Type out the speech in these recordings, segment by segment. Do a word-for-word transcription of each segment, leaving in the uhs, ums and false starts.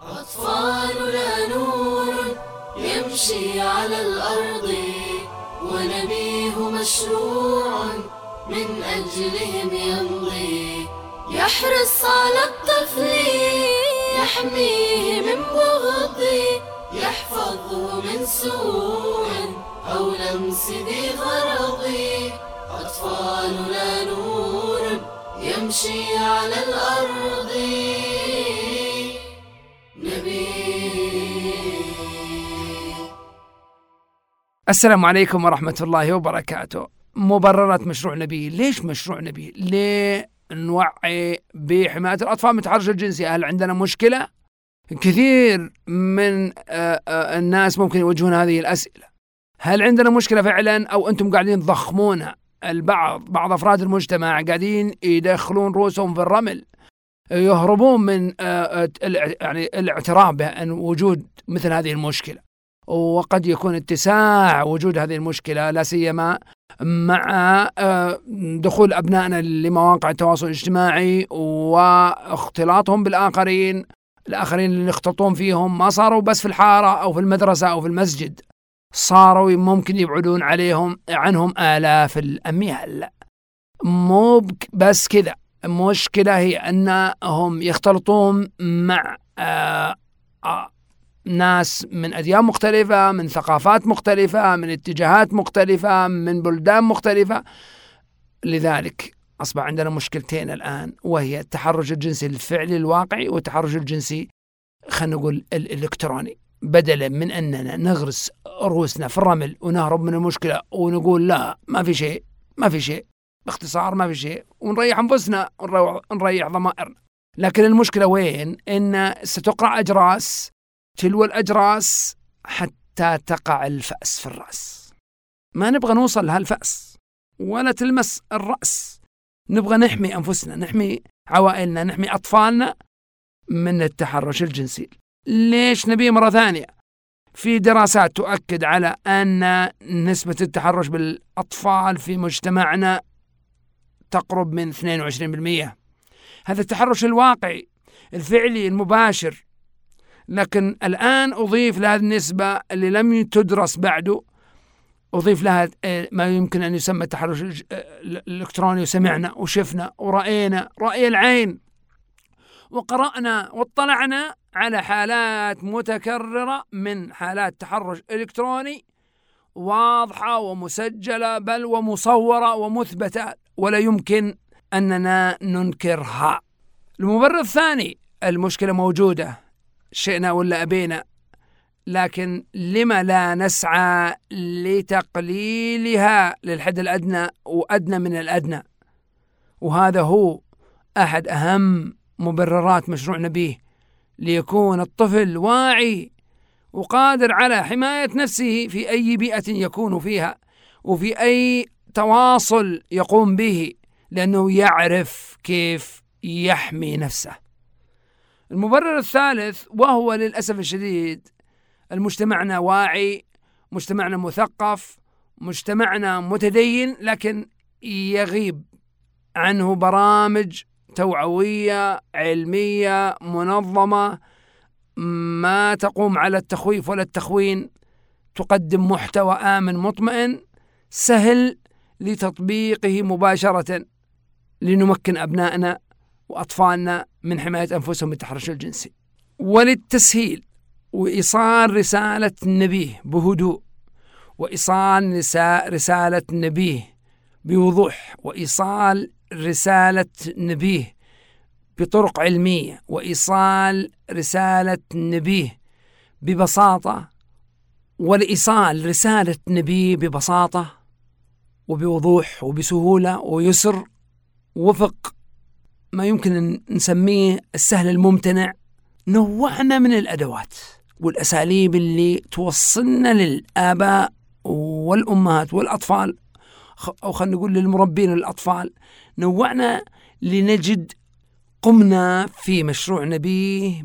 أطفالنا نور يمشي على الأرض، ونبيه مشروع من أجلهم يمضي، يحرص على الطفل يحميه من بغض، يحفظه من سوء أو لمس ذي غرض. أطفالنا نور يمشي على الأرض، السلام عليكم ورحمة الله وبركاته. مبررات مشروع نبيه. ليش مشروع نبيه؟ ليه نوعي بحماية الأطفال من التحرش الجنسي؟ هل عندنا مشكلة؟ كثير من الناس ممكن يوجهون هذه الأسئلة. هل عندنا مشكلة فعلا، أو أنتم قاعدين تضخمونها؟ البعض بعض أفراد المجتمع قاعدين يدخلون رؤوسهم في الرمل، يهربون من يعني الاعتراف بأن وجود مثل هذه المشكلة، وقد يكون اتساع وجود هذه المشكلة لا سيما مع دخول أبنائنا لمواقع التواصل الاجتماعي واختلاطهم بالآخرين. الآخرين اللي يختلطون فيهم ما صاروا بس في الحارة أو في المدرسة أو في المسجد، صاروا ممكن يبعدون عليهم عنهم آلاف الأميال. مو بس كذا، المشكلة هي أنهم يختلطون مع آآ آآ ناس من أديان مختلفة، من ثقافات مختلفة، من اتجاهات مختلفة، من بلدان مختلفة. لذلك أصبح عندنا مشكلتين الآن، وهي التحرش الجنسي الفعلي الواقعي والتحرش الجنسي خلينا نقول الإلكتروني. بدلا من أننا نغرس رؤوسنا في الرمل ونهرب من المشكلة ونقول لا ما في شيء ما في شيء باختصار ما في شيء، ونريح أنفسنا ونريح ضمائرنا. لكن المشكلة وين؟ إن ستقرع أجراس تلو الأجراس حتى تقع الفأس في الرأس. ما نبغى نوصل لهالفأس ولا تلمس الرأس، نبغى نحمي أنفسنا، نحمي عوائلنا، نحمي أطفالنا من التحرش الجنسي. ليش نبيه مرة ثانية؟ في دراسات تؤكد على أن نسبة التحرش بالأطفال في مجتمعنا تقرب من اثنين وعشرين بالمئة. هذا التحرش الواقعي الفعلي المباشر. لكن الآن أضيف لهذه النسبة اللي لم تدرس بعده، أضيف لها ما يمكن أن يسمى التحرش الإلكتروني، وسمعنا وشفنا ورأينا رأي العين، وقرأنا واطلعنا على حالات متكررة من حالات تحرش إلكتروني واضحة ومسجلة بل ومصورة ومثبتة، ولا يمكن أننا ننكرها. المبرر الثاني، المشكلة موجودة شئنا ولا أبينا، لكن لما لا نسعى لتقليلها للحد الأدنى وأدنى من الأدنى؟ وهذا هو أحد أهم مبررات مشروع نبيه، ليكون الطفل واعي وقادر على حماية نفسه في أي بيئة يكون فيها وفي أي تواصل يقوم به، لأنه يعرف كيف يحمي نفسه. المبرر الثالث، وهو للأسف الشديد المجتمعنا واعي، مجتمعنا مثقف، مجتمعنا متدين، لكن يغيب عنه برامج توعوية علمية منظمة ما تقوم على التخويف ولا التخوين، تقدم محتوى آمن مطمئن سهل لتطبيقه مباشرة، لنمكن أبنائنا وأطفالنا من حماية أنفسهم من التحرش الجنسي. وللتسهيل وإيصال رسالة النبيه بهدوء، وإيصال نساء رسالة نبيه بوضوح، وإيصال رسالة نبيه بطرق علمية، وإيصال رسالة نبيه ببساطة، والإيصال رسالة نبيه ببساطة وبوضوح وبسهولة ويسر، وفق ما يمكن أن نسميه السهل الممتنع. نوعنا من الأدوات والأساليب اللي توصلنا للآباء والأمهات والأطفال، أو خلينا نقول للمربين الأطفال. نوعنا لنجد قمنا في مشروع نبيه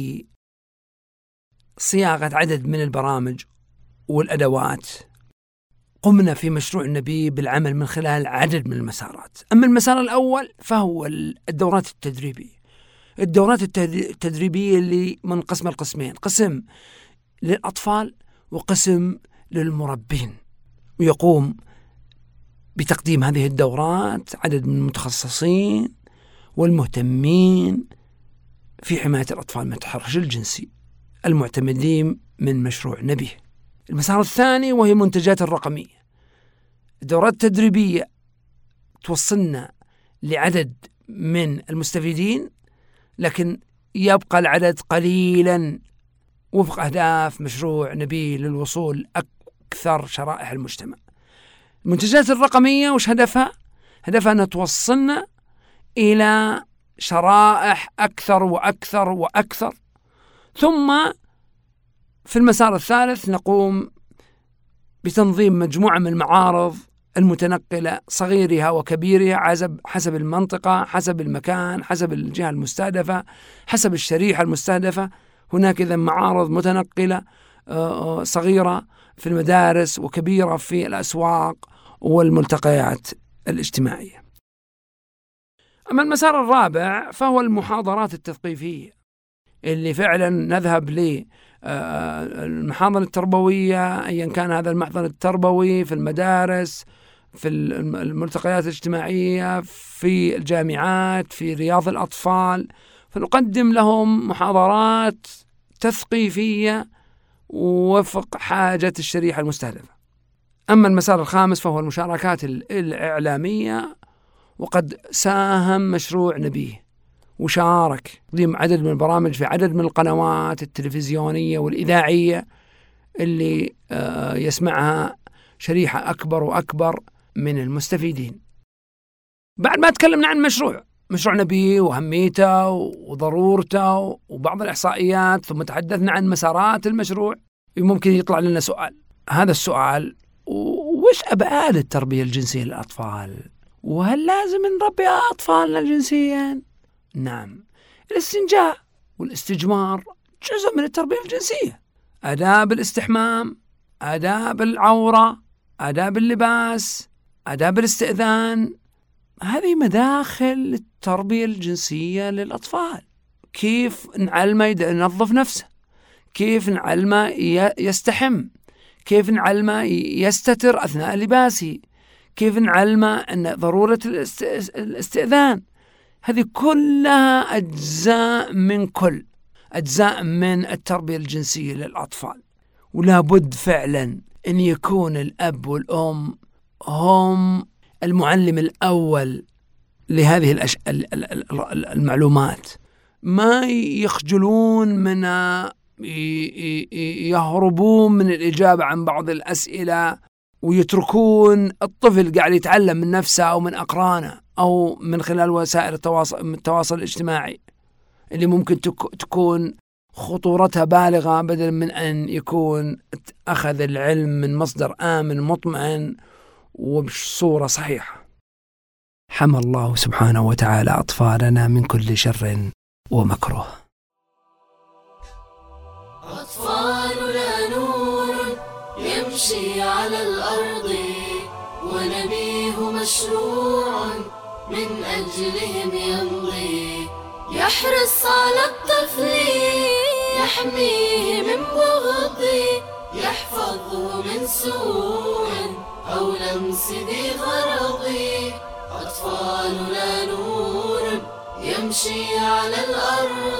بصياغة عدد من البرامج والأدوات. قمنا في مشروع نبيه بالعمل من خلال عدد من المسارات. أما المسار الأول فهو الدورات التدريبية. الدورات التدريبية اللي منقسمة القسمين، قسم للأطفال وقسم للمربين، ويقوم بتقديم هذه الدورات عدد من المتخصصين والمهتمين في حماية الأطفال من التحرش الجنسي المعتمدين من مشروع نبيه. المسار الثاني وهي المنتجات الرقمية. الدورات التدريبية توصلنا لعدد من المستفيدين، لكن يبقى العدد قليلا وفق أهداف مشروع نبيه للوصول أكثر شرائح المجتمع. المنتجات الرقمية وش هدفها؟ هدفها أن توصلنا إلى شرائح أكثر وأكثر وأكثر. ثم في المسار الثالث نقوم بتنظيم مجموعة من المعارض المتنقلة صغيرها وكبيرها حسب حسب المنطقة، حسب المكان، حسب الجهة المستهدفة، حسب الشريحة المستهدفة. هناك إذا معارض متنقلة صغيرة في المدارس وكبيرة في الأسواق والملتقيات الاجتماعية. أما المسار الرابع فهو المحاضرات التثقيفية، اللي فعلا نذهب للمحاضرة التربوية أيا كان هذا المحضر التربوي في المدارس، في الملتقيات الاجتماعية، في الجامعات، في رياض الأطفال، فنقدم لهم محاضرات تثقيفية وفق حاجة الشريحة المستهدفة. أما المسار الخامس فهو المشاركات الإعلامية، وقد ساهم مشروع نبيه وشارك تقديم عدد من البرامج في عدد من القنوات التلفزيونية والإذاعية اللي يسمعها شريحة أكبر وأكبر من المستفيدين. بعد ما تكلمنا عن مشروع مشروع نبيه وأهميته وضرورته وبعض الإحصائيات، ثم تحدثنا عن مسارات المشروع، ممكن يطلع لنا سؤال. هذا السؤال: وش أبعاد التربية الجنسية للأطفال؟ وهل لازم نربي أطفالنا جنسيا؟ نعم، الاستنجاء والاستجمار جزء من التربية الجنسية. آداب الاستحمام، آداب العورة، آداب اللباس، آداب الاستئذان، هذه مداخل التربية الجنسية للأطفال. كيف نعلمه ينظف نفسه، كيف نعلمه يستحم، كيف نعلمه يستتر أثناء لباسه، كيف نعلمه أن ضرورة الاستئذان. هذه كلها أجزاء من كل أجزاء من التربية الجنسية للأطفال. ولا بد فعلا أن يكون الأب والأم هم المعلم الأول لهذه الأش... المعلومات، ما يخجلون من يهربون من الإجابة عن بعض الأسئلة ويتركون الطفل قاعد يتعلم من نفسه أو من أقرانه أو من خلال وسائل التواصل, التواصل الاجتماعي اللي ممكن تكون خطورتها بالغة، بدل من أن يكون أخذ العلم من مصدر آمن مطمئن وبصورة صحيحة. حمى الله سبحانه وتعالى أطفالنا من كل شر ومكروه. أطفالنا نور يمشي على الأرض، ونبيه مشروع من أجلهم يمضي، يحرص على الطفل يحميه من بغض، يحفظه من سوء أو لمس ذي غرض. أطفالنا نور يمشي على الأرض،